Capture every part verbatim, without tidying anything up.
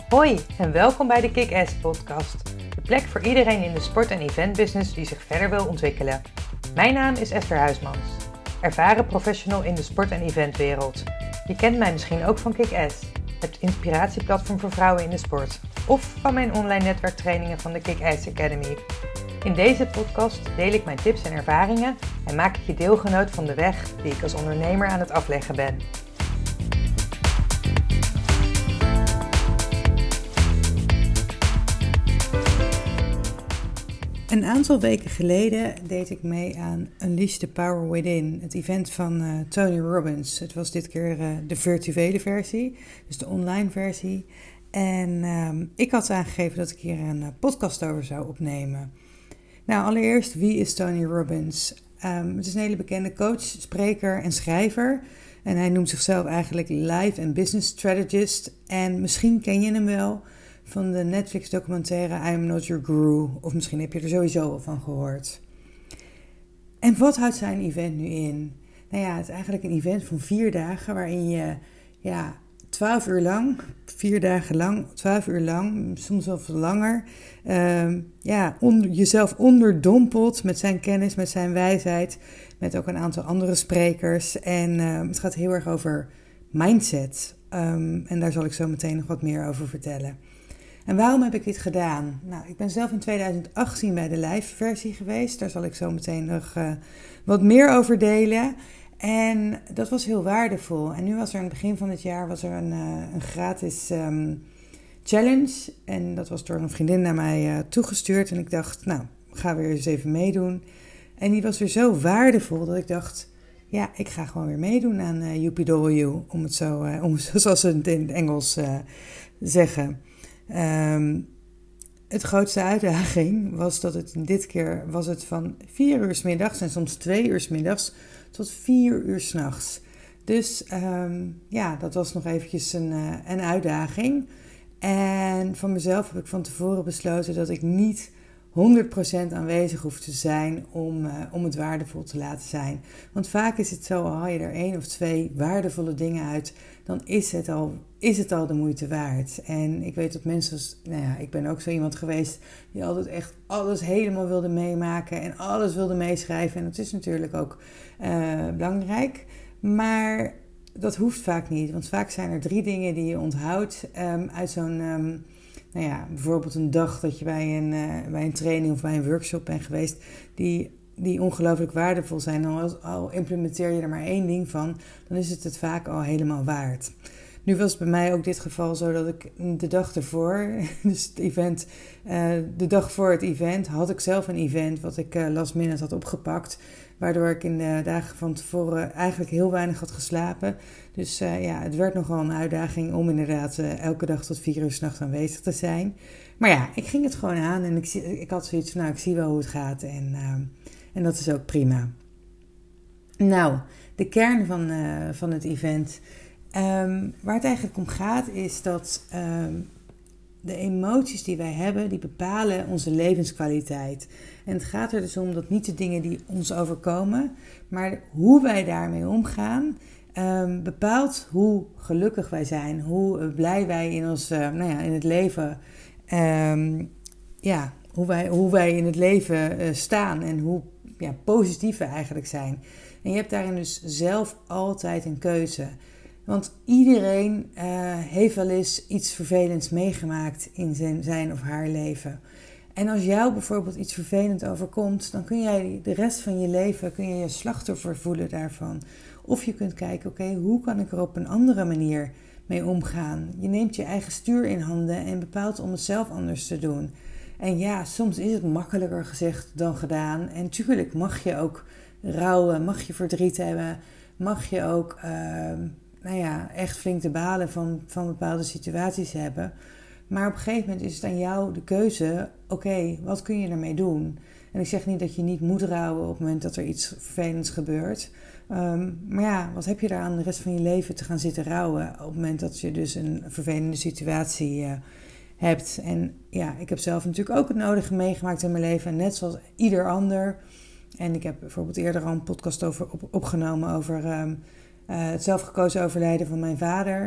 Hoi en welkom bij de Kick-Ass podcast. De plek voor iedereen in de sport- en eventbusiness die zich verder wil ontwikkelen. Mijn naam is Esther Huismans, ervaren professional in de sport- en eventwereld. Je kent mij misschien ook van Kick-Ass, het inspiratieplatform voor vrouwen in de sport. Of van mijn online netwerktrainingen van de Kick-Ass Academy. In deze podcast deel ik mijn tips en ervaringen en maak ik je deelgenoot van de weg die ik als ondernemer aan het afleggen ben. Een aantal weken geleden deed ik mee aan Unleash the Power Within, het event van uh, Tony Robbins. Het was dit keer uh, de virtuele versie, dus de online versie. En uh, ik had aangegeven dat ik hier een uh, podcast over zou opnemen. Nou, allereerst, wie is Tony Robbins? Um, het is een hele bekende coach, spreker en schrijver. En hij noemt zichzelf eigenlijk life and business strategist. En misschien ken je hem wel van de Netflix documentaire I Am Not Your Guru. Of misschien heb je er sowieso al van gehoord. En wat houdt zijn event nu in? Nou ja, het is eigenlijk een event van vier dagen waarin je ja, twaalf uur lang, vier dagen lang, twaalf uur lang, soms wel veel langer, uh, ja, onder, jezelf onderdompelt met zijn kennis, met zijn wijsheid, met ook een aantal andere sprekers. En uh, het gaat heel erg over mindset. Um, en daar zal ik zo meteen nog wat meer over vertellen. En waarom heb ik dit gedaan? Nou, ik ben zelf in tweeduizend achttien bij de live versie geweest. Daar zal ik zo meteen nog uh, wat meer over delen. En dat was heel waardevol. En nu was er aan het begin van het jaar was er een, uh, een gratis um, challenge. En dat was door een vriendin naar mij uh, toegestuurd. En ik dacht, nou, ga weer eens even meedoen. En die was weer zo waardevol dat ik dacht, ja, ik ga gewoon weer meedoen aan uh, U P W. Om het zo, uh, om, zoals ze het in het Engels uh, zeggen. Um, het grootste uitdaging was dat het dit keer was het van vier uur 's middags en soms twee uur 's middags tot vier uur 's nachts. Dus um, ja, dat was nog eventjes een, uh, een uitdaging. En van mezelf heb ik van tevoren besloten dat ik niet honderd procent aanwezig hoef te zijn om, uh, om het waardevol te laten zijn. Want vaak is het zo, al haal je er één of twee waardevolle dingen uit, dan is het al, is het al de moeite waard. En ik weet dat mensen, nou ja, ik ben ook zo iemand geweest die altijd echt alles helemaal wilde meemaken en alles wilde meeschrijven. En dat is natuurlijk ook uh, belangrijk, maar dat hoeft vaak niet. Want vaak zijn er drie dingen die je onthoudt um, uit zo'n Um, Nou ja, bijvoorbeeld een dag dat je bij een, uh, bij een training of bij een workshop bent geweest, die, die ongelooflijk waardevol zijn. En al, al implementeer je er maar één ding van, dan is het het vaak al helemaal waard. Nu was het bij mij ook dit geval zo dat ik de dag ervoor, dus het event, uh, de dag voor het event, had ik zelf een event wat ik uh, last minute had opgepakt. Waardoor ik in de dagen van tevoren eigenlijk heel weinig had geslapen. Dus uh, ja, het werd nogal een uitdaging om inderdaad uh, elke dag tot vier uur 's nachts aanwezig te zijn. Maar ja, ik ging het gewoon aan en ik, ik had zoiets van, nou, ik zie wel hoe het gaat. En, uh, en dat is ook prima. Nou, de kern van, uh, van het event. Um, waar het eigenlijk om gaat is dat um, de emoties die wij hebben, die bepalen onze levenskwaliteit. En het gaat er dus om dat niet de dingen die ons overkomen, maar hoe wij daarmee omgaan, um, bepaalt hoe gelukkig wij zijn, hoe blij wij in, ons, uh, nou ja, in het leven, um, ja, hoe wij, hoe wij in het leven uh, staan en hoe ja, positief we eigenlijk zijn. En je hebt daarin dus zelf altijd een keuze. Want iedereen uh, heeft wel eens iets vervelends meegemaakt in zijn, zijn of haar leven. En als jou bijvoorbeeld iets vervelend overkomt, dan kun jij de rest van je leven kun je, je slachtoffer voelen daarvan. Of je kunt kijken, oké, okay, hoe kan ik er op een andere manier mee omgaan? Je neemt je eigen stuur in handen en bepaalt om het zelf anders te doen. En ja, soms is het makkelijker gezegd dan gedaan. En tuurlijk mag je ook rouwen, mag je verdriet hebben, mag je ook Uh, nou ja, echt flink te balen van, van bepaalde situaties hebben. Maar op een gegeven moment is het aan jou de keuze, oké, okay, wat kun je ermee doen? En ik zeg niet dat je niet moet rouwen op het moment dat er iets vervelends gebeurt. Um, maar ja, wat heb je daar aan de rest van je leven te gaan zitten rouwen op het moment dat je dus een vervelende situatie uh, hebt? En ja, ik heb zelf natuurlijk ook het nodige meegemaakt in mijn leven, net zoals ieder ander. En ik heb bijvoorbeeld eerder al een podcast over, op, opgenomen over Um, Uh, het zelfgekozen overlijden van mijn vader.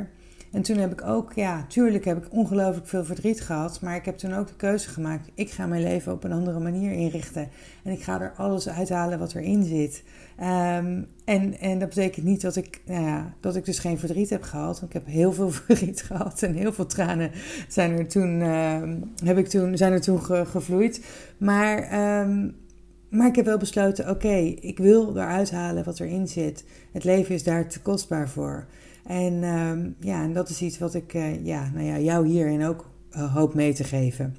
En toen heb ik ook, ja, tuurlijk heb ik ongelooflijk veel verdriet gehad. Maar ik heb toen ook de keuze gemaakt. Ik ga mijn leven op een andere manier inrichten. En ik ga er alles uithalen wat erin zit. Um, en, en dat betekent niet dat ik, nou ja, dat ik dus geen verdriet heb gehad. Want ik heb heel veel verdriet gehad. En heel veel tranen zijn er toen, uh, heb ik toen, zijn er toen ge, gevloeid. Maar, um, maar ik heb wel besloten, oké, okay, ik wil eruit halen wat erin zit. Het leven is daar te kostbaar voor. En um, ja, en dat is iets wat ik uh, ja, nou ja, jou hierin ook uh, hoop mee te geven.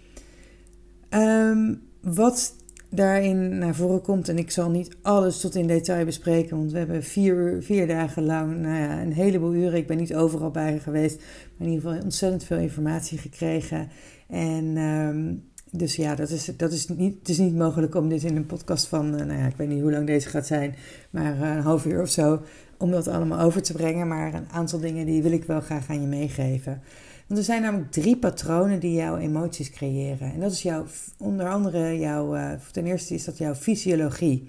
Um, wat daarin naar voren komt, en ik zal niet alles tot in detail bespreken, want we hebben vier, uur, vier dagen lang, nou ja, een heleboel uren. Ik ben niet overal bij geweest, maar in ieder geval ontzettend veel informatie gekregen. En um, dus ja, dat is, dat is niet, het is niet mogelijk om dit in een podcast van, uh, nou ja, ik weet niet hoe lang deze gaat zijn, maar uh, een half uur of zo, om dat allemaal over te brengen. Maar een aantal dingen die wil ik wel graag aan je meegeven. Want er zijn namelijk drie patronen die jouw emoties creëren. En dat is jouw, onder andere jouw, uh, ten eerste is dat jouw fysiologie.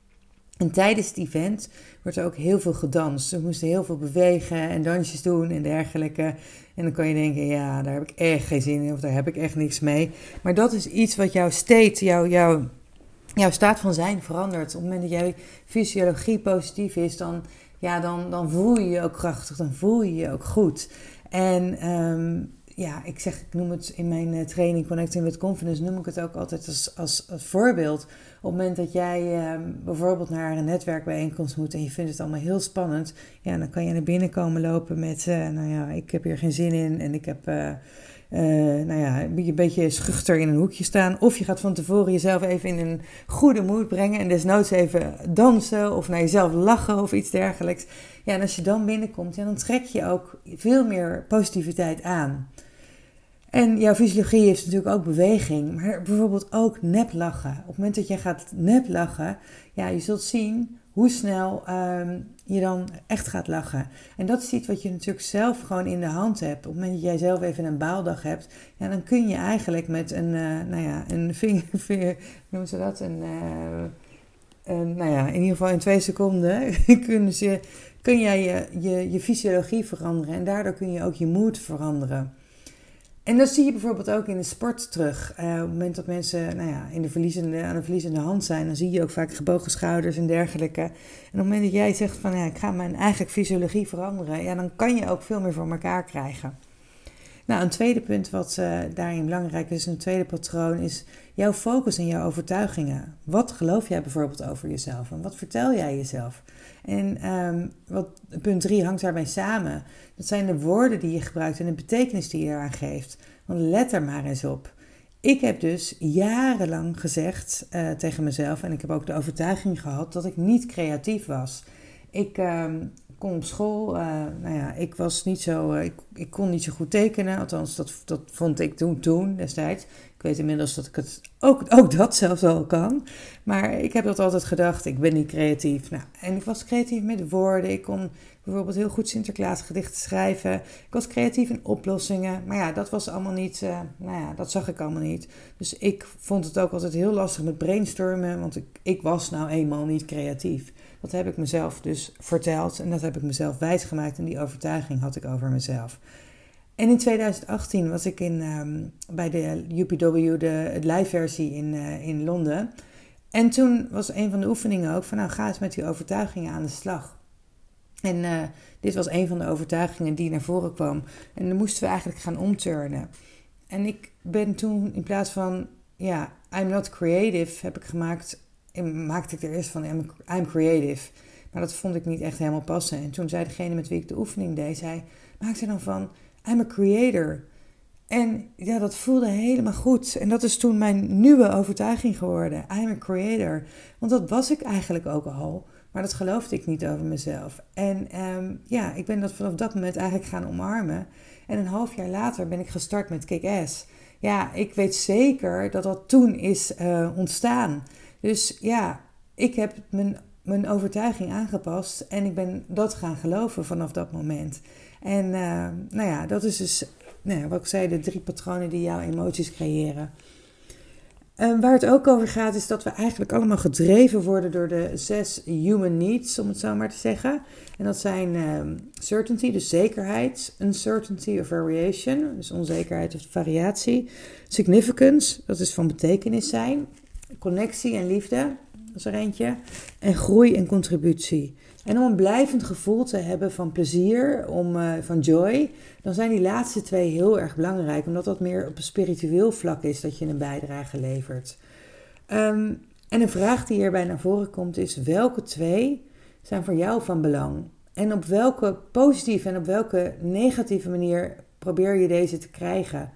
En tijdens het event wordt er ook heel veel gedanst. We moesten heel veel bewegen en dansjes doen en dergelijke. En dan kan je denken, ja, daar heb ik echt geen zin in of daar heb ik echt niks mee. Maar dat is iets wat jouw state, jouw, jouw, jouw staat van zijn verandert. Op het moment dat jouw fysiologie positief is, dan, ja, dan, dan voel je je ook krachtig, dan voel je je ook goed. En um, ja, ik zeg, ik noem het in mijn training Connecting with Confidence, noem ik het ook altijd als, als, als voorbeeld. Op het moment dat jij um, bijvoorbeeld naar een netwerkbijeenkomst moet en je vindt het allemaal heel spannend, ja, dan kan je naar binnen komen lopen met, uh, nou ja, ik heb hier geen zin in en ik heb, uh, uh, nou ja, een beetje schuchter in een hoekje staan. Of je gaat van tevoren jezelf even in een goede moed brengen en desnoods even dansen of naar jezelf lachen of iets dergelijks. Ja, en als je dan binnenkomt, ja, dan trek je ook veel meer positiviteit aan. En jouw fysiologie heeft natuurlijk ook beweging, maar bijvoorbeeld ook neplachen. Op het moment dat je gaat neplachen, ja, je zult zien hoe snel um, je dan echt gaat lachen. En dat is iets wat je natuurlijk zelf gewoon in de hand hebt. Op het moment dat jij zelf even een baaldag hebt, ja, dan kun je eigenlijk met een, uh, nou ja, een vinger, vinger hoe noemen ze dat? Een, uh, een, nou ja, in ieder geval in twee seconden kunnen ze, kun jij je, je, je fysiologie veranderen. En daardoor kun je ook je mood veranderen. En dat zie je bijvoorbeeld ook in de sport terug. Uh, op het moment dat mensen nou ja, in de verliezende, aan de verliezende hand zijn, dan zie je ook vaak gebogen schouders en dergelijke. En op het moment dat jij zegt van ja, ik ga mijn eigen fysiologie veranderen, ja, dan kan je ook veel meer voor elkaar krijgen. Nou, een tweede punt wat uh, daarin belangrijk is, een tweede patroon, is jouw focus en jouw overtuigingen. Wat geloof jij bijvoorbeeld over jezelf en wat vertel jij jezelf? En um, wat, punt drie hangt daarbij samen. Dat zijn de woorden die je gebruikt en de betekenis die je eraan geeft. Want let er maar eens op. Ik heb dus jarenlang gezegd uh, tegen mezelf, en ik heb ook de overtuiging gehad, dat ik niet creatief was. Ik um, kon op school, uh, nou ja, ik was niet zo, uh, ik, ik kon niet zo goed tekenen. Althans, dat, dat vond ik toen, toen destijds. Ik weet inmiddels dat ik het ook, ook dat zelfs al kan. Maar ik heb dat altijd gedacht, ik ben niet creatief. Nou, en ik was creatief met woorden. Ik kon bijvoorbeeld heel goed Sinterklaasgedichten schrijven. Ik was creatief in oplossingen. Maar ja, dat was allemaal niet, uh, nou ja, dat zag ik allemaal niet. Dus ik vond het ook altijd heel lastig met brainstormen. Want ik, ik was nou eenmaal niet creatief. Dat heb ik mezelf dus verteld. En dat heb ik mezelf wijsgemaakt. En die overtuiging had ik over mezelf. En in twintig achttien was ik in, um, bij de U P W, de live versie in, uh, in Londen. En toen was een van de oefeningen ook van nou ga eens met die overtuigingen aan de slag. En uh, dit was een van de overtuigingen die naar voren kwam. En dan moesten we eigenlijk gaan omturnen. En ik ben toen in plaats van ja, I'm not creative heb ik gemaakt, en maakte ik er eerst van I'm, I'm creative. Maar dat vond ik niet echt helemaal passen. En toen zei degene met wie ik de oefening deed, zei, maak er dan van I'm a creator. En ja, dat voelde helemaal goed. En dat is toen mijn nieuwe overtuiging geworden. I'm a creator. Want dat was ik eigenlijk ook al. Maar dat geloofde ik niet over mezelf. En um, ja, ik ben dat vanaf dat moment eigenlijk gaan omarmen. En een half jaar later ben ik gestart met Kick-Ass. Ja, ik weet zeker dat dat toen is uh, ontstaan. Dus ja, ik heb mijn, mijn overtuiging aangepast. En ik ben dat gaan geloven vanaf dat moment. En uh, nou ja, dat is dus, nou ja, wat ik zei, de drie patronen die jouw emoties creëren. Um, waar het ook over gaat is dat we eigenlijk allemaal gedreven worden door de zes human needs, om het zo maar te zeggen. En dat zijn um, certainty, dus zekerheid, uncertainty of variation, dus onzekerheid of variatie. Significance, dat is van betekenis zijn. Connectie en liefde, dat is er eentje. En groei en contributie. En om een blijvend gevoel te hebben van plezier, om, uh, van joy, dan zijn die laatste twee heel erg belangrijk. Omdat dat meer op een spiritueel vlak is dat je een bijdrage levert. Um, en een vraag die hierbij naar voren komt is: welke twee zijn voor jou van belang? En op welke positieve en op welke negatieve manier probeer je deze te krijgen?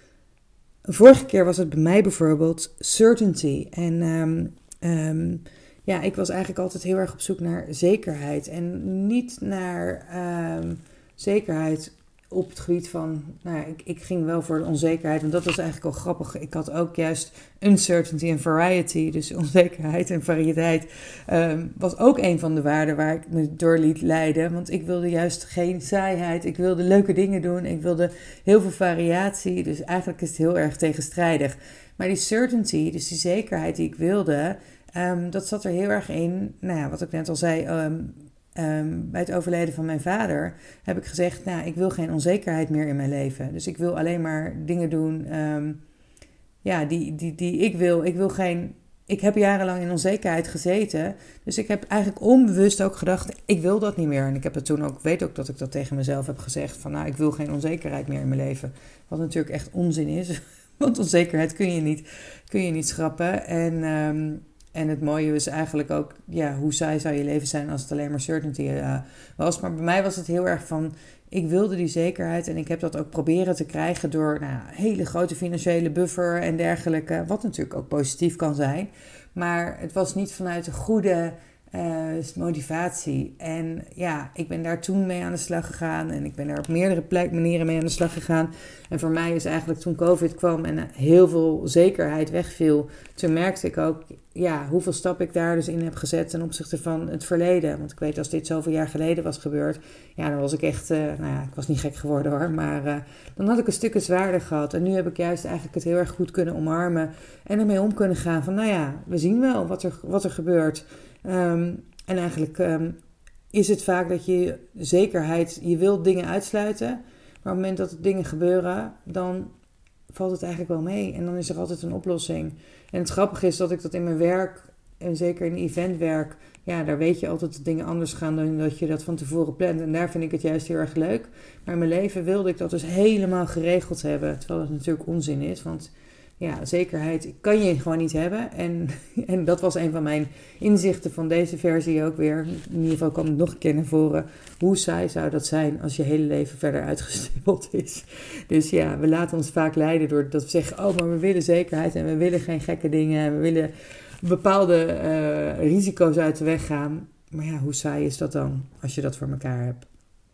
Vorige keer was het bij mij bijvoorbeeld certainty. En um, um, ja, ik was eigenlijk altijd heel erg op zoek naar zekerheid. En niet naar um, zekerheid op het gebied van... Nou ja, ik, ik ging wel voor de onzekerheid, want dat was eigenlijk al grappig. Ik had ook juist uncertainty en variety. Dus onzekerheid en variëteit um, was ook een van de waarden waar ik me door liet leiden. Want ik wilde juist geen saaiheid. Ik wilde leuke dingen doen. Ik wilde heel veel variatie. Dus eigenlijk is het heel erg tegenstrijdig. Maar die certainty, dus die zekerheid die ik wilde... Um, dat zat er heel erg in. Nou ja, wat ik net al zei... Um, Um, bij het overlijden van mijn vader heb ik gezegd, nou, ik wil geen onzekerheid meer in mijn leven. Dus ik wil alleen maar dingen doen um, ja, die, die, die ik wil. Ik wil geen... Ik heb jarenlang in onzekerheid gezeten. Dus ik heb eigenlijk onbewust ook gedacht, ik wil dat niet meer. En ik heb het toen ook, weet ook dat ik dat tegen mezelf heb gezegd. Van nou, ik wil geen onzekerheid meer in mijn leven. Wat natuurlijk echt onzin is. Want onzekerheid kun je niet, kun je niet schrappen. En... Um, En het mooie is eigenlijk ook, ja, hoe saai zou je leven zijn als het alleen maar certainty uh, was. Maar bij mij was het heel erg van, ik wilde die zekerheid en ik heb dat ook proberen te krijgen door nou, hele grote financiële buffer en dergelijke. Wat natuurlijk ook positief kan zijn. Maar het was niet vanuit een goede uh, motivatie. En ja, ik ben daar toen mee aan de slag gegaan en ik ben daar op meerdere manieren mee aan de slag gegaan. En voor mij is eigenlijk toen COVID kwam en heel veel zekerheid wegviel, toen merkte ik ook, ja, hoeveel stappen ik daar dus in heb gezet ten opzichte van het verleden. Want ik weet, als dit zoveel jaar geleden was gebeurd, ja, dan was ik echt, uh, nou ja, ik was niet gek geworden hoor, maar uh, dan had ik een stukje zwaarder gehad. En nu heb ik juist eigenlijk het heel erg goed kunnen omarmen en ermee om kunnen gaan van, nou ja, we zien wel wat er, wat er gebeurt. Um, en eigenlijk um, is het vaak dat je zekerheid, je wilt dingen uitsluiten, maar op het moment dat er dingen gebeuren, dan valt het eigenlijk wel mee. En dan is er altijd een oplossing. En het grappige is dat ik dat in mijn werk, en zeker in eventwerk, ja, daar weet je altijd dat dingen anders gaan dan dat je dat van tevoren plant. En daar vind ik het juist heel erg leuk. Maar in mijn leven wilde ik dat dus helemaal geregeld hebben. Terwijl het natuurlijk onzin is, want ja, zekerheid kan je gewoon niet hebben. En, en dat was een van mijn inzichten van deze versie ook weer. In ieder geval kwam het nog een keer naar voren. Hoe saai zou dat zijn als je hele leven verder uitgestippeld is? Dus ja, we laten ons vaak leiden door dat we zeggen, oh, maar we willen zekerheid en we willen geen gekke dingen. En we willen bepaalde uh, risico's uit de weg gaan. Maar ja, hoe saai is dat dan als je dat voor elkaar hebt?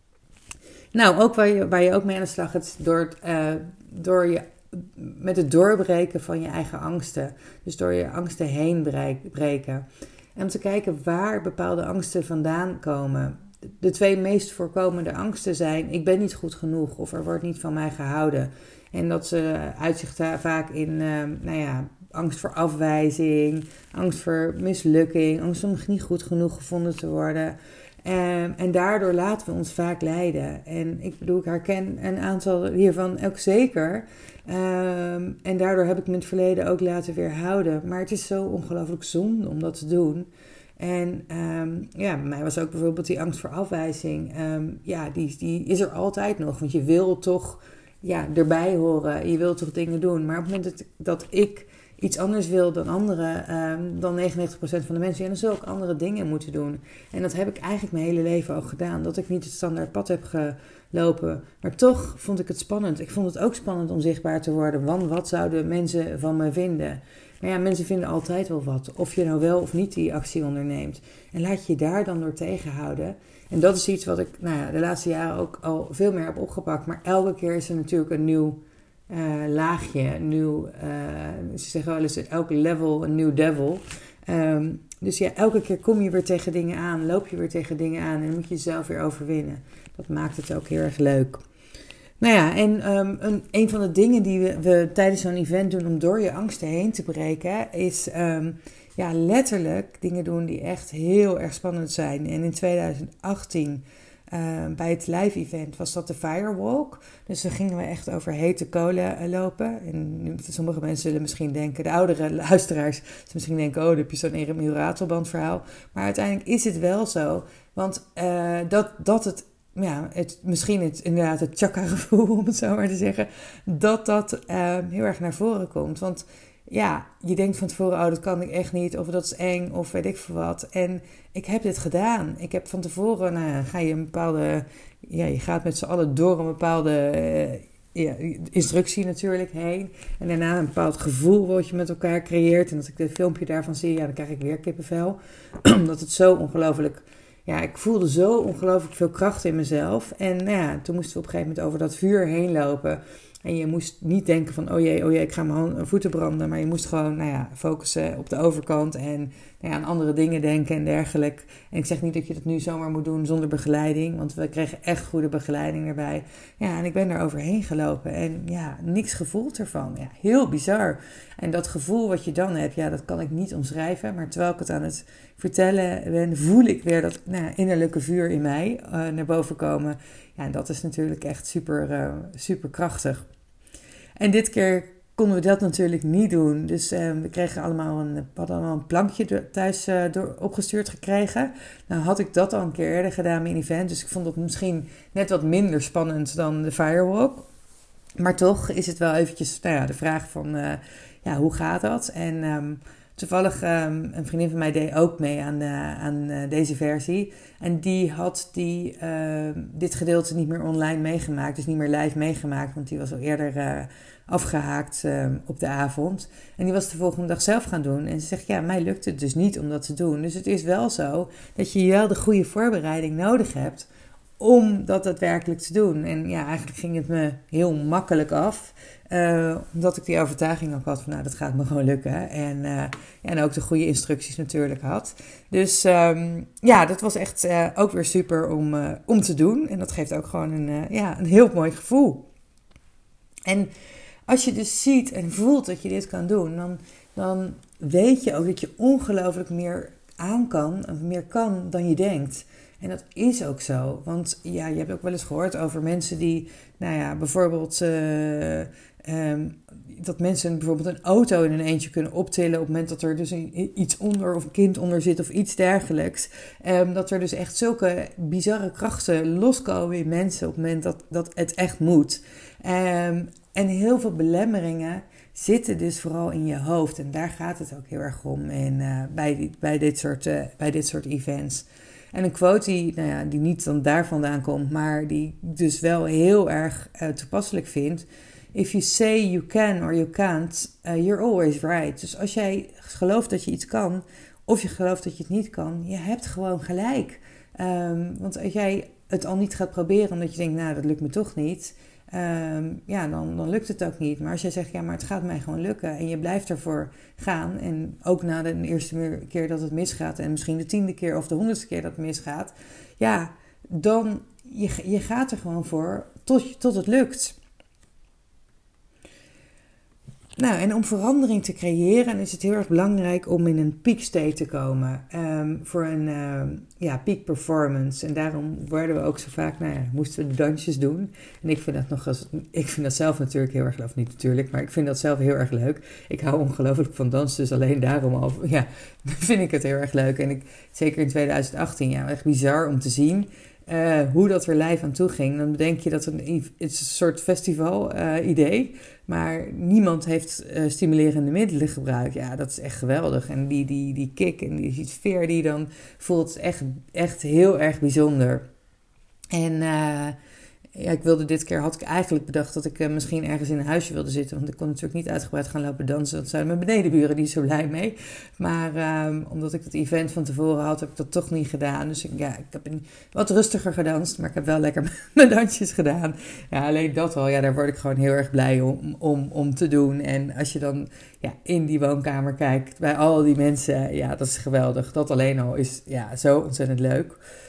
Nou, ook waar je, waar je ook mee aan de slag gaat, door, uh, door je met het doorbreken van je eigen angsten. Dus door je angsten heen breken. En om te kijken waar bepaalde angsten vandaan komen. De twee meest voorkomende angsten zijn, ik ben niet goed genoeg of er wordt niet van mij gehouden. En dat ze uitzicht vaak in, uh, nou ja, angst voor afwijzing, angst voor mislukking, angst om niet goed genoeg gevonden te worden. Um, en daardoor laten we ons vaak leiden. En ik bedoel, ik herken een aantal hiervan ook zeker. Um, en daardoor heb ik me in het verleden ook laten weerhouden. Maar het is zo ongelooflijk zonde om dat te doen. En um, ja, bij mij was ook bijvoorbeeld die angst voor afwijzing. Um, ja, die, die is er altijd nog. Want je wil toch ja, erbij horen. Je wil toch dingen doen. Maar op het moment dat, dat ik iets anders wil dan anderen, um, dan negenennegentig procent van de mensen, ja, dan zul ik andere dingen moeten doen. En dat heb ik eigenlijk mijn hele leven ook gedaan. Dat ik niet het standaard pad heb gelopen. Maar toch vond ik het spannend. Ik vond het ook spannend om zichtbaar te worden. Want wat zouden mensen van me vinden? Maar ja, mensen vinden altijd wel wat. Of je nou wel of niet die actie onderneemt. En laat je daar dan door tegenhouden. En dat is iets wat ik nou ja, de laatste jaren ook al veel meer heb opgepakt. Maar elke keer is er natuurlijk een nieuw Uh, laagje, een nieuw, uh, ze zeggen wel eens elke level een nieuw devil. Um, dus ja, elke keer kom je weer tegen dingen aan, loop je weer tegen dingen aan en dan moet je jezelf weer overwinnen. Dat maakt het ook heel erg leuk. Nou ja, en um, een, een van de dingen die we, we tijdens zo'n event doen om door je angsten heen te breken, is um, ja, letterlijk dingen doen die echt heel erg spannend zijn. En in twintig achttien, uh, bij het live event, was dat de Firewalk. Dus dan gingen we echt over hete kolen uh, lopen. En sommige mensen zullen misschien denken, de oudere luisteraars, zullen misschien denken, oh, dan heb je zo'n Emiel Ratelband verhaal. Maar uiteindelijk is het wel zo, want uh, dat, dat het ja, het, misschien het, inderdaad het chakra-gevoel, om het zo maar te zeggen, dat dat uh, heel erg naar voren komt. Want ja, je denkt van tevoren, oh, dat kan ik echt niet, of dat is eng, of weet ik veel wat. En ik heb dit gedaan. Ik heb van tevoren, nou ja, ga je een bepaalde, ja, je gaat met z'n allen door een bepaalde uh, ja, instructie natuurlijk heen. En daarna een bepaald gevoel wat je met elkaar creëert. En als ik een filmpje daarvan zie, ja, dan krijg ik weer kippenvel. Omdat het zo ongelooflijk... Ja, ik voelde zo ongelooflijk veel kracht in mezelf. En nou ja, toen moesten we op een gegeven moment over dat vuur heen lopen. En je moest niet denken van, oh jee, oh jee, ik ga mijn hand, voeten branden. Maar je moest gewoon, nou ja, focussen op de overkant en nou ja, aan andere dingen denken en dergelijke. En ik zeg niet dat je dat nu zomaar moet doen zonder begeleiding. Want we kregen echt goede begeleiding erbij. Ja, en ik ben daar overheen gelopen. En ja, niks gevoeld ervan. Ja, heel bizar. En dat gevoel wat je dan hebt, ja, dat kan ik niet omschrijven. Maar terwijl ik het aan het vertellen ben, voel ik weer dat nou ja, innerlijke vuur in mij uh, naar boven komen. Ja, en dat is natuurlijk echt super, uh, super krachtig. En dit keer konden we dat natuurlijk niet doen. Dus uh, we kregen allemaal een, we hadden allemaal een plankje thuis uh, door, opgestuurd gekregen. Nou had ik dat al een keer eerder gedaan met een event. Dus ik vond het misschien net wat minder spannend dan de Firewalk. Maar toch is het wel eventjes nou ja, de vraag van, uh, ja, hoe gaat dat? En um, toevallig um, een vriendin van mij deed ook mee aan, uh, aan uh, deze versie. En die had die, uh, dit gedeelte niet meer online meegemaakt. Dus niet meer live meegemaakt. Want die was al eerder uh, afgehaakt uh, op de avond. En die was de volgende dag zelf gaan doen. En ze zegt, ja, mij lukt het dus niet om dat te doen. Dus het is wel zo dat je wel de goede voorbereiding nodig hebt om dat daadwerkelijk te doen. En ja, eigenlijk ging het me heel makkelijk af. Uh, omdat ik die overtuiging ook had van, nou, dat gaat me gewoon lukken. En, uh, ja, en ook de goede instructies natuurlijk had. Dus um, ja, dat was echt uh, ook weer super om, uh, om te doen. En dat geeft ook gewoon een, uh, ja, een heel mooi gevoel. En als je dus ziet en voelt dat je dit kan doen, dan, dan weet je ook dat je ongelooflijk meer aan kan, of meer kan dan je denkt. En dat is ook zo. Want ja, je hebt ook wel eens gehoord over mensen die, nou ja, bijvoorbeeld uh, um, dat mensen bijvoorbeeld een auto in een eentje kunnen optillen op het moment dat er dus een, iets onder of een kind onder zit of iets dergelijks. Um, dat er dus echt zulke bizarre krachten loskomen in mensen op het moment dat, dat het echt moet. Um, en heel veel belemmeringen zitten dus vooral in je hoofd. En daar gaat het ook heel erg om in, uh, bij, die, bij, dit soort, uh, bij dit soort events. En een quote die, nou ja, die niet dan daar vandaan komt, maar die ik dus wel heel erg uh, toepasselijk vind. If you say you can or you can't, uh, you're always right. Dus als jij gelooft dat je iets kan, of je gelooft dat je het niet kan, je hebt gewoon gelijk. Um, want als jij het al niet gaat proberen omdat je denkt, nou, dat lukt me toch niet, Um, ja, dan, dan lukt het ook niet. Maar als jij zegt, ja, maar het gaat mij gewoon lukken en je blijft ervoor gaan, en ook na de eerste keer dat het misgaat en misschien de tiende keer of de honderdste keer dat het misgaat, ja, dan je, je gaat er gewoon voor tot, tot het lukt. Nou, en om verandering te creëren is het heel erg belangrijk om in een peak state te komen. Um, voor een uh, ja, peak performance. En daarom werden we ook zo vaak, nou ja, moesten we de dansjes doen. En ik vind dat nog als, ik vind dat zelf natuurlijk heel erg, of niet natuurlijk, maar ik vind dat zelf heel erg leuk. Ik hou ongelooflijk van dansen, dus alleen daarom al, ja, vind ik het heel erg leuk. En ik, zeker in twintig achttien, ja, echt bizar om te zien Uh, hoe dat er live aan toe ging. Dan bedenk je dat het een, het is een soort festival uh, idee, maar niemand heeft uh, stimulerende middelen gebruikt. Ja, dat is echt geweldig. En die, die, die kick en die sfeer die je dan voelt, is echt, echt heel erg bijzonder. En uh, ja, ik wilde dit keer, had ik eigenlijk bedacht dat ik uh, misschien ergens in een huisje wilde zitten, want ik kon natuurlijk niet uitgebreid gaan lopen dansen. Dat zijn mijn benedenburen niet zo blij mee. Maar um, omdat ik het event van tevoren had, heb ik dat toch niet gedaan. Dus ik, ja, ik heb een, wat rustiger gedanst, maar ik heb wel lekker mijn dansjes gedaan. Ja, alleen dat al, ja, daar word ik gewoon heel erg blij om, om, om te doen. En als je dan ja, in die woonkamer kijkt, bij al die mensen, ja, dat is geweldig. Dat alleen al is ja, zo ontzettend leuk.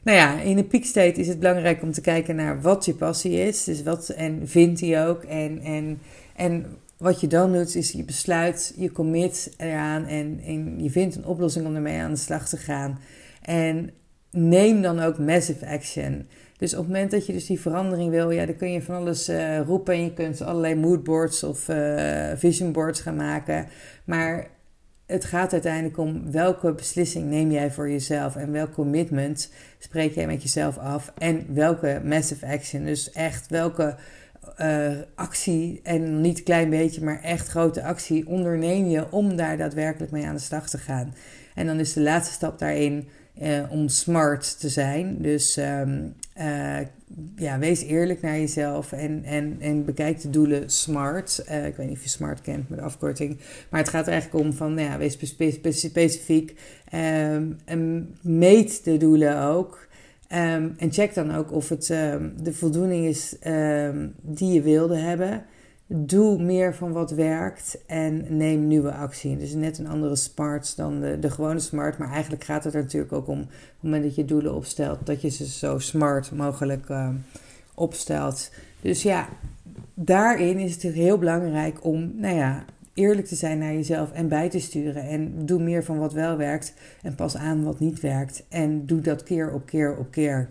Nou ja, in een peak state is het belangrijk om te kijken naar wat je passie is. Dus wat, en vindt die ook. En, en, en wat je dan doet, is je besluit, je commit eraan en, en je vindt een oplossing om ermee aan de slag te gaan. En neem dan ook massive action. Dus op het moment dat je dus die verandering wil, ja, dan kun je van alles uh, roepen. En je kunt allerlei moodboards of uh, vision boards gaan maken. Maar het gaat uiteindelijk om welke beslissing neem jij voor jezelf. En welk commitment spreek jij met jezelf af. En welke massive action. Dus echt welke uh, actie, en niet een klein beetje, maar echt grote actie onderneem je om daar daadwerkelijk mee aan de slag te gaan. En dan is de laatste stap daarin Uh, om smart te zijn. Dus um, uh, ja, wees eerlijk naar jezelf en, en, en bekijk de doelen smart. Uh, ik weet niet of je smart kent met de afkorting. Maar het gaat er eigenlijk om van, nou ja, wees spe- spe- specifiek. Um, en meet de doelen ook. Um, en check dan ook of het um, de voldoening is um, die je wilde hebben. Doe meer van wat werkt en neem nieuwe actie. Dus net een andere smart dan de, de gewone smart. Maar eigenlijk gaat het er natuurlijk ook om, op het moment dat je doelen opstelt, dat je ze zo smart mogelijk uh, opstelt. Dus ja, daarin is het heel belangrijk om, nou ja, eerlijk te zijn naar jezelf en bij te sturen. En doe meer van wat wel werkt en pas aan wat niet werkt. En doe dat keer op keer op keer.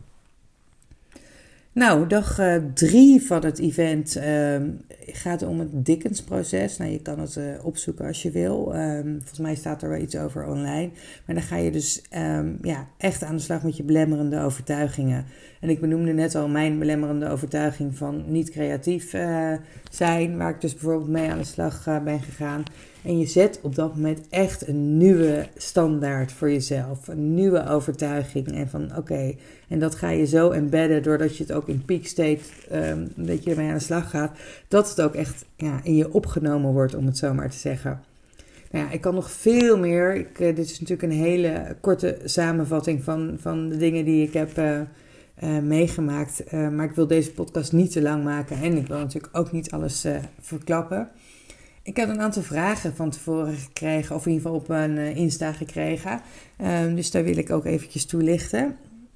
Nou, dag uh, drie van het event uh, gaat om het Dickens-proces. Nou, je kan het uh, opzoeken als je wil. Um, volgens mij staat er wel iets over online. Maar dan ga je dus um, ja, echt aan de slag met je belemmerende overtuigingen. En ik benoemde net al mijn belemmerende overtuiging van niet creatief uh, zijn. Waar ik dus bijvoorbeeld mee aan de slag uh, ben gegaan. En je zet op dat moment echt een nieuwe standaard voor jezelf. Een nieuwe overtuiging. En van oké, okay, en dat ga je zo embedden doordat je het ook in peak state, um, dat je ermee aan de slag gaat. Dat het ook echt ja, in je opgenomen wordt, om het zo maar te zeggen. Nou ja, ik kan nog veel meer. Ik, uh, dit is natuurlijk een hele korte samenvatting van, van de dingen die ik heb uh, uh, meegemaakt. Uh, maar ik wil deze podcast niet te lang maken. En ik wil natuurlijk ook niet alles uh, verklappen. Ik heb een aantal vragen van tevoren gekregen, of in ieder geval op een uh, Insta gekregen. Um, dus daar wil ik ook eventjes toelichten.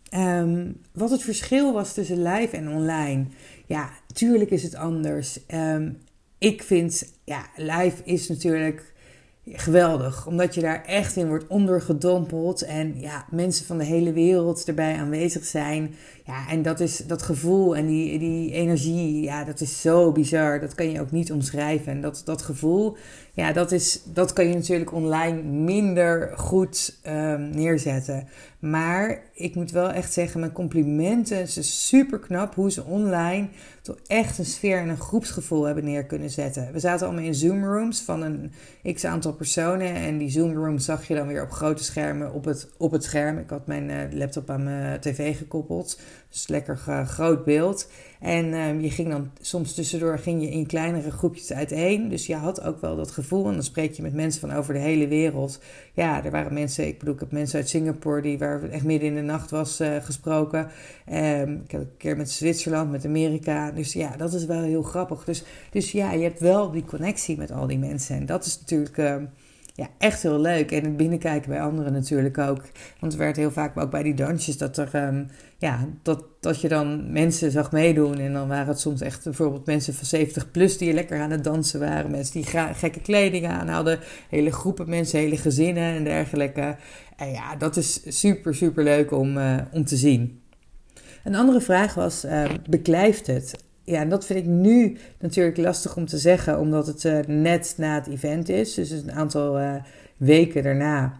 Um, wat het verschil was tussen live en online. Ja, tuurlijk is het anders. Um, ik vind, ja, live is natuurlijk geweldig. Omdat je daar echt in wordt ondergedompeld. En ja, mensen van de hele wereld erbij aanwezig zijn. Ja, en dat is dat gevoel en die, die energie. Ja, dat is zo bizar. Dat kan je ook niet omschrijven. En dat, dat gevoel, ja, dat, is, dat kan je natuurlijk online minder goed um, neerzetten. Maar ik moet wel echt zeggen, mijn complimenten. Het is super knap hoe ze online toch echt een sfeer en een groepsgevoel hebben neer kunnen zetten. We zaten allemaal in Zoom rooms van een x-aantal personen. En die Zoom rooms zag je dan weer op grote schermen op het, op het scherm. Ik had mijn uh, laptop aan mijn tv gekoppeld. Dus lekker uh, groot beeld. En uh, je ging dan soms tussendoor ging je in kleinere groepjes uiteen. Dus je had ook wel dat gevoel. En dan spreek je met mensen van over de hele wereld. Ja, er waren mensen, ik bedoel, ik heb mensen uit Singapore die waar echt midden in de nacht was uh, gesproken. Um, ik heb een keer met Zwitserland, met Amerika. Dus ja, dat is wel heel grappig. Dus, dus ja, je hebt wel die connectie met al die mensen. En dat is natuurlijk Uh, Ja, echt heel leuk. En het binnenkijken bij anderen natuurlijk ook. Want er werd heel vaak ook bij die dansjes dat er um, ja, dat, dat je dan mensen zag meedoen. En dan waren het soms echt bijvoorbeeld mensen van zeventig plus die lekker aan het dansen waren. Mensen die gra- gekke kleding aan hadden. Hele groepen mensen, hele gezinnen en dergelijke. En ja, dat is super, super leuk om, uh, om te zien. Een andere vraag was, uh, beklijft het? Ja, en dat vind ik nu natuurlijk lastig om te zeggen, omdat het uh, net na het event is. Dus een aantal uh, weken daarna.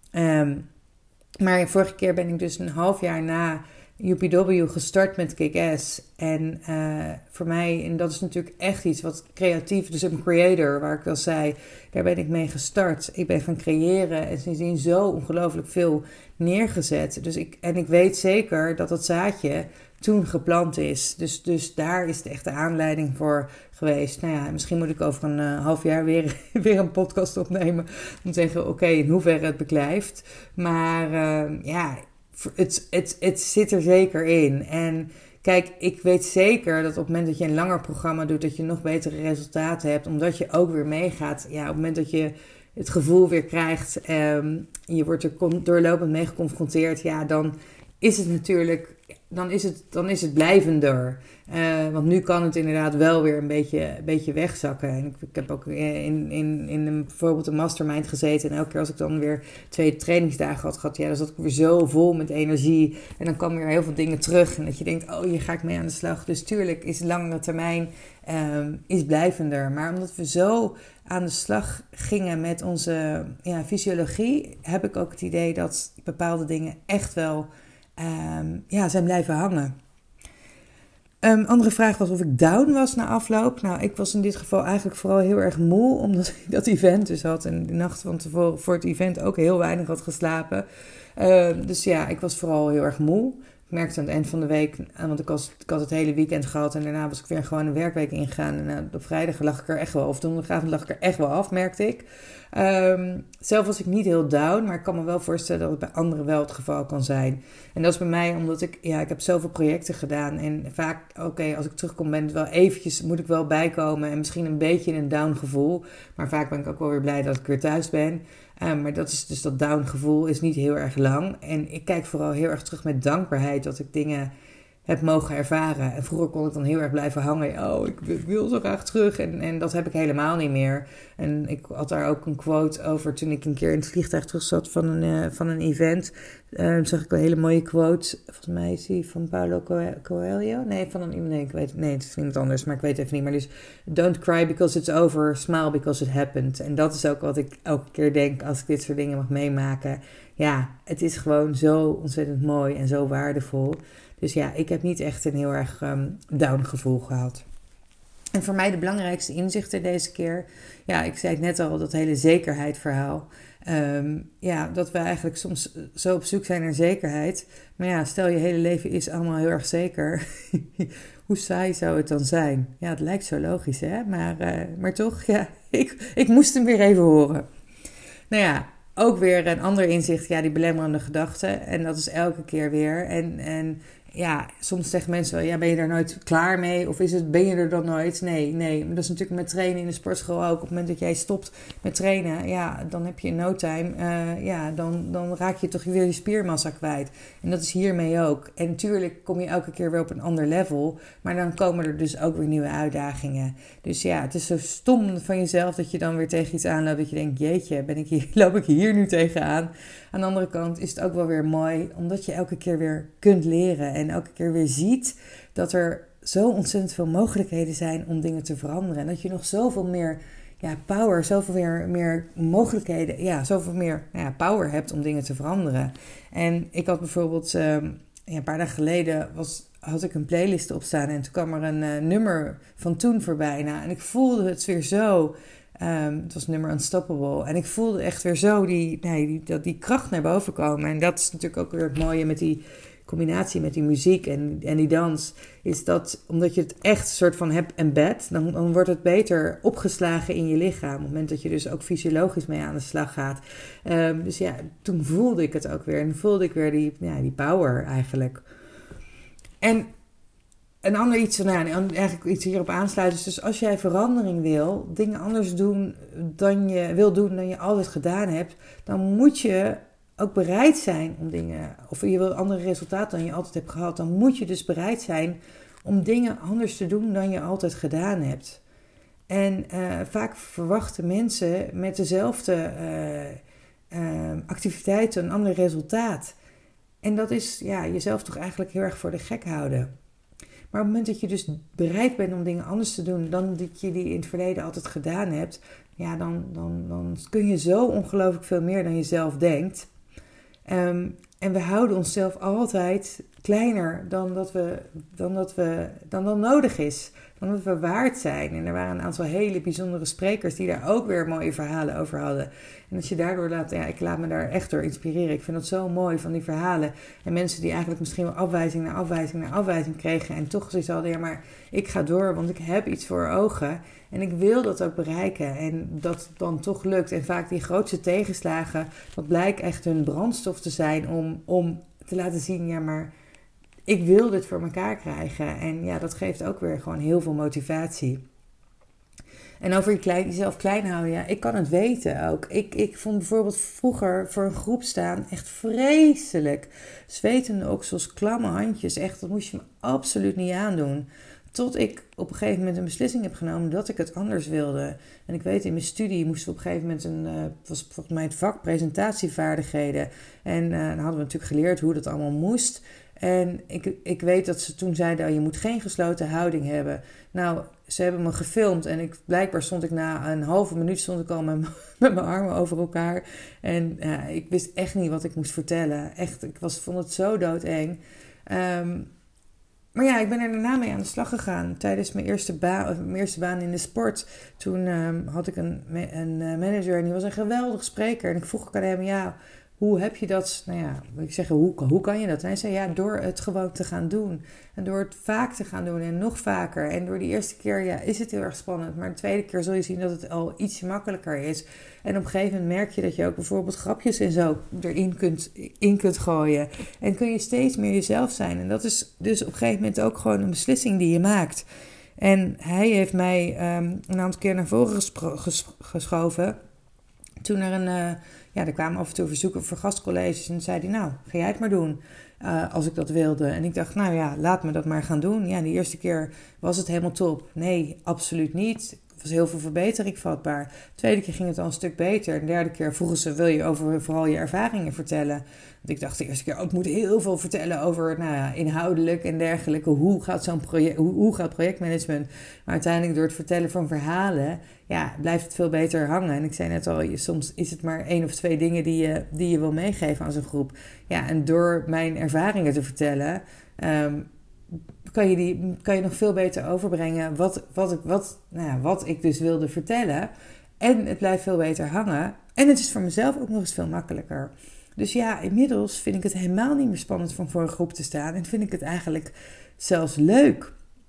Um, maar vorige keer ben ik dus een half jaar na U P W gestart met Kick-Ass. En uh, voor mij, en dat is natuurlijk echt iets wat creatief, dus een creator, waar ik al zei, daar ben ik mee gestart. Ik ben gaan creëren en sindsdien zo ongelooflijk veel neergezet. Dus ik, en ik weet zeker dat dat zaadje toen geplant is. Dus, dus daar is de echte aanleiding voor geweest. Nou ja, misschien moet ik over een uh, half jaar weer, weer een podcast opnemen. Om te zeggen, oké, okay, in hoeverre het beklijft. Maar uh, ja, het, het, het zit er zeker in. En kijk, ik weet zeker dat op het moment dat je een langer programma doet, dat je nog betere resultaten hebt. Omdat je ook weer meegaat. Ja, op het moment dat je het gevoel weer krijgt, um, je wordt er doorlopend mee geconfronteerd, ja, dan is het natuurlijk, dan is het, dan is het blijvender. Uh, want nu kan het inderdaad wel weer een beetje, een beetje wegzakken. En ik, ik heb ook in, in, in een, bijvoorbeeld een mastermind gezeten. En elke keer als ik dan weer twee trainingsdagen had gehad, ja, dan zat ik weer zo vol met energie. En dan kwamen weer heel veel dingen terug. En dat je denkt, oh, hier ga ik mee aan de slag. Dus tuurlijk is langere termijn um, is blijvender. Maar omdat we zo aan de slag gingen met onze ja, fysiologie, heb ik ook het idee dat bepaalde dingen echt wel um, ja, zijn blijven hangen. Een um, andere vraag was of ik down was na afloop. Nou, ik was in dit geval eigenlijk vooral heel erg moe, omdat ik dat event dus had. En de nacht van tevoren voor het event ook heel weinig had geslapen. Uh, dus ja, ik was vooral heel erg moe. Ik merkte aan het eind van de week, want ik, was, ik had het hele weekend gehad. En daarna was ik weer gewoon een werkweek ingegaan. En uh, op vrijdag lag ik er echt wel, of donderdagavond lag ik er echt wel af, merkte ik. Um, zelf was ik niet heel down, maar ik kan me wel voorstellen dat het bij anderen wel het geval kan zijn. En dat is bij mij omdat ik, ja, ik heb zoveel projecten gedaan. En vaak, oké, okay, als ik terugkom ben het wel eventjes, moet ik wel bijkomen. En misschien een beetje een down gevoel. Maar vaak ben ik ook wel weer blij dat ik weer thuis ben. Um, maar dat is dus dat down gevoel is niet heel erg lang. En ik kijk vooral heel erg terug met dankbaarheid dat ik dingen heb mogen ervaren. En vroeger kon ik dan heel erg blijven hangen. Oh, ik, ik wil zo graag terug. En, en dat heb ik helemaal niet meer. En ik had daar ook een quote over toen ik een keer in het vliegtuig terug zat van een, uh, van een event. Uh, zag ik een hele mooie quote. Volgens mij is die van Paulo Coelho. Nee, van een iemand. Nee, ik weet, nee, het is iemand anders, maar ik weet even niet. Maar dus, don't cry because it's over. Smile because it happened. En dat is ook wat ik elke keer denk als ik dit soort dingen mag meemaken. Ja, het is gewoon zo ontzettend mooi en zo waardevol. Dus ja, ik heb niet echt een heel erg um, down gevoel gehad. En voor mij de belangrijkste inzichten deze keer. Ja, ik zei het net al, dat hele zekerheid verhaal. Um, ja, dat we eigenlijk soms zo op zoek zijn naar zekerheid. Maar ja, stel je hele leven is allemaal heel erg zeker. Hoe saai zou het dan zijn? Ja, het lijkt zo logisch, hè? Maar, uh, maar toch, ja, ik, ik moest hem weer even horen. Nou ja, ook weer een ander inzicht. Ja, die belemmerende gedachten. En dat is elke keer weer. En... en ja, soms zeggen mensen wel, ja, ben je daar nooit klaar mee? Of is het, ben je er dan nooit? Nee, nee. Maar dat is natuurlijk met trainen in de sportschool ook. Op het moment dat jij stopt met trainen, ja, dan heb je in no time, uh, ja, dan, dan raak je toch weer je spiermassa kwijt. En dat is hiermee ook. En natuurlijk kom je elke keer weer op een ander level. Maar dan komen er dus ook weer nieuwe uitdagingen. Dus ja, het is zo stom van jezelf dat je dan weer tegen iets aanloopt. Dat je denkt, jeetje, ben ik hier, loop ik hier nu tegenaan? Aan de andere kant is het ook wel weer mooi, omdat je elke keer weer kunt leren. En elke keer weer ziet dat er zo ontzettend veel mogelijkheden zijn om dingen te veranderen. En dat je nog zoveel meer ja, power, zoveel meer, meer mogelijkheden, ja, zoveel meer nou ja, power hebt om dingen te veranderen. En ik had bijvoorbeeld, uh, ja, een paar dagen geleden was, had ik een playlist opstaan en toen kwam er een uh, nummer van toen voorbij. Nou, en ik voelde het weer zo. Um, het was nummer Unstoppable. En ik voelde echt weer zo die, nee, die, dat, die kracht naar boven komen. En dat is natuurlijk ook weer het mooie met die combinatie met die muziek en, en die dans. Is dat omdat je het echt een soort van hebt embed, dan, dan wordt het beter opgeslagen in je lichaam. Op het moment dat je dus ook fysiologisch mee aan de slag gaat. Um, dus ja, toen voelde ik het ook weer. En voelde ik weer die, ja, die power eigenlijk. En een ander iets, nou, eigenlijk iets hierop aansluiten. Dus als jij verandering wil, dingen anders doen dan je wil doen dan je altijd gedaan hebt, dan moet je ook bereid zijn om dingen, of je wil andere resultaten dan je altijd hebt gehad, dan moet je dus bereid zijn om dingen anders te doen dan je altijd gedaan hebt. En uh, vaak verwachten mensen met dezelfde uh, uh, activiteiten een ander resultaat. En dat is ja, jezelf toch eigenlijk heel erg voor de gek houden. Maar op het moment dat je dus bereid bent om dingen anders te doen dan dat je die in het verleden altijd gedaan hebt, ja, dan, dan, dan kun je zo ongelooflijk veel meer dan je zelf denkt. Um, en we houden onszelf altijd kleiner dan dat we, dan dat we, dan dat nodig is. Dan dat we waard zijn. En er waren een aantal hele bijzondere sprekers die daar ook weer mooie verhalen over hadden. En als je daardoor laat, ja, ik laat me daar echt door inspireren. Ik vind dat zo mooi van die verhalen. En mensen die eigenlijk misschien wel afwijzing naar afwijzing naar afwijzing kregen. En toch zoiets hadden, ja, maar ik ga door, want ik heb iets voor ogen. En ik wil dat ook bereiken. En dat dan toch lukt. En vaak die grootste tegenslagen, dat blijkt echt hun brandstof te zijn om, om te laten zien, ja, maar ik wil dit voor elkaar krijgen. En ja, dat geeft ook weer gewoon heel veel motivatie. En over je klein, jezelf klein houden, ja, ik kan het weten ook. Ik, ik vond bijvoorbeeld vroeger voor een groep staan echt vreselijk. Zwetende oksels, klamme handjes, echt, dat moest je me absoluut niet aandoen. Tot ik op een gegeven moment een beslissing heb genomen dat ik het anders wilde. En ik weet, in mijn studie moesten we op een gegeven moment een, uh, was volgens mij het vak presentatievaardigheden. En uh, dan hadden we natuurlijk geleerd hoe dat allemaal moest. En ik, ik weet dat ze toen zeiden, oh, je moet geen gesloten houding hebben. Nou, ze hebben me gefilmd en ik, blijkbaar stond ik na een halve minuut stond ik al met, met mijn armen over elkaar. En uh, ik wist echt niet wat ik moest vertellen. Echt, ik was, vond het zo doodeng. Um, maar ja, ik ben er daarna mee aan de slag gegaan. Tijdens mijn eerste, ba- mijn eerste baan in de sport. Toen um, had ik een, een manager en die was een geweldig spreker. En ik vroeg ook aan hem, ja, hoe heb je dat, nou ja, wil ik zeggen, hoe, hoe kan je dat? En hij zei, ja, door het gewoon te gaan doen. En door het vaak te gaan doen en nog vaker. En door die eerste keer, ja, is het heel erg spannend. Maar de tweede keer zul je zien dat het al iets makkelijker is. En op een gegeven moment merk je dat je ook bijvoorbeeld grapjes en zo erin kunt, in kunt gooien. En kun je steeds meer jezelf zijn. En dat is dus op een gegeven moment ook gewoon een beslissing die je maakt. En hij heeft mij um, een aantal keer naar voren gespro- ges- geschoven. Toen er een... Uh, Ja, er kwamen af en toe verzoeken voor gastcolleges. En zei hij, nou, ga jij het maar doen. Uh, als ik dat wilde. En ik dacht, nou ja, laat me dat maar gaan doen. Ja, de eerste keer was het helemaal top. Nee, absoluut niet. Er was heel veel verbetering vatbaar. De tweede keer ging het al een stuk beter. De derde keer vroegen ze, wil je over vooral je ervaringen vertellen? Want ik dacht de eerste keer, oh, ik moet heel veel vertellen over, nou ja, inhoudelijk en dergelijke. Hoe gaat zo'n project, hoe, hoe gaat projectmanagement? Maar uiteindelijk door het vertellen van verhalen, ja, blijft het veel beter hangen. En ik zei net al, soms is het maar één of twee dingen die je, die je wil meegeven aan zo'n groep. Ja, en door mijn ervaringen te vertellen, um, kan je, die, kan je nog veel beter overbrengen wat, wat, ik, wat, nou ja, wat ik dus wilde vertellen. En het blijft veel beter hangen. En het is voor mezelf ook nog eens veel makkelijker. Dus ja, inmiddels vind ik het helemaal niet meer spannend om voor een groep te staan. En vind ik het eigenlijk zelfs leuk.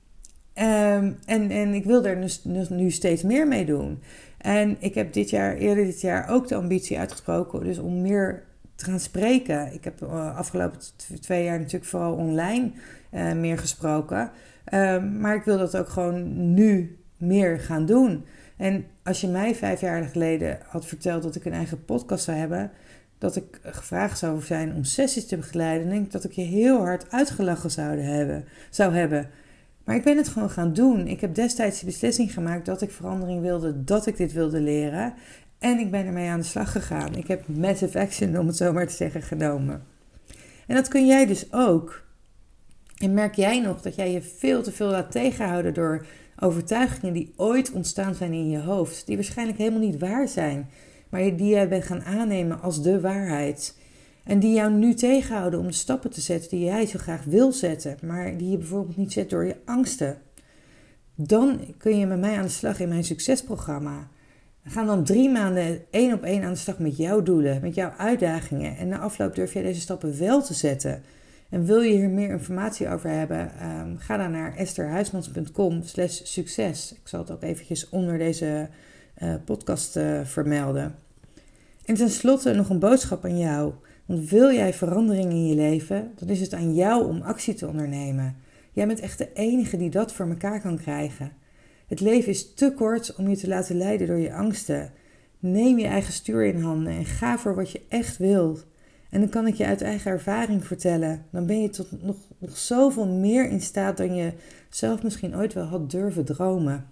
Um, en, en ik wil er nu, nu steeds meer mee doen. En ik heb dit jaar, eerder dit jaar ook de ambitie uitgesproken. Dus om meer te gaan spreken. Ik heb de uh, afgelopen t- twee jaar natuurlijk vooral online uh, meer gesproken. Um, maar ik wil dat ook gewoon nu meer gaan doen. En als je mij vijf jaar geleden had verteld dat ik een eigen podcast zou hebben, dat ik gevraagd zou zijn om sessies te begeleiden, denk ik dat ik je heel hard uitgelachen zou hebben. Zou hebben. Maar ik ben het gewoon gaan doen. Ik heb destijds de beslissing gemaakt dat ik verandering wilde, dat ik dit wilde leren. En ik ben ermee aan de slag gegaan. Ik heb massive action, om het zo maar te zeggen, genomen. En dat kun jij dus ook. En merk jij nog dat jij je veel te veel laat tegenhouden door overtuigingen die ooit ontstaan zijn in je hoofd, die waarschijnlijk helemaal niet waar zijn, maar die jij bent gaan aannemen als de waarheid. En die jou nu tegenhouden om de stappen te zetten die jij zo graag wil zetten, maar die je bijvoorbeeld niet zet door je angsten. Dan kun je met mij aan de slag in mijn succesprogramma. We gaan dan drie maanden één op één aan de slag met jouw doelen, met jouw uitdagingen. En na afloop durf je deze stappen wel te zetten. En wil je hier meer informatie over hebben, um, ga dan naar estherhuismans.com slash succes. Ik zal het ook eventjes onder deze uh, podcast uh, vermelden. En tenslotte nog een boodschap aan jou. Want wil jij verandering in je leven, dan is het aan jou om actie te ondernemen. Jij bent echt de enige die dat voor elkaar kan krijgen. Het leven is te kort om je te laten leiden door je angsten. Neem je eigen stuur in handen en ga voor wat je echt wilt. En dan kan ik je uit eigen ervaring vertellen. Dan ben je tot nog, nog zoveel meer in staat dan je zelf misschien ooit wel had durven dromen.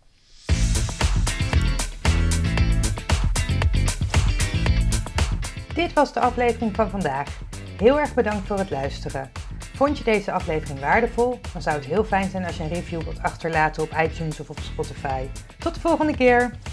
Dit was de aflevering van vandaag. Heel erg bedankt voor het luisteren. Vond je deze aflevering waardevol? Dan zou het heel fijn zijn als je een review wilt achterlaten op iTunes of op Spotify. Tot de volgende keer!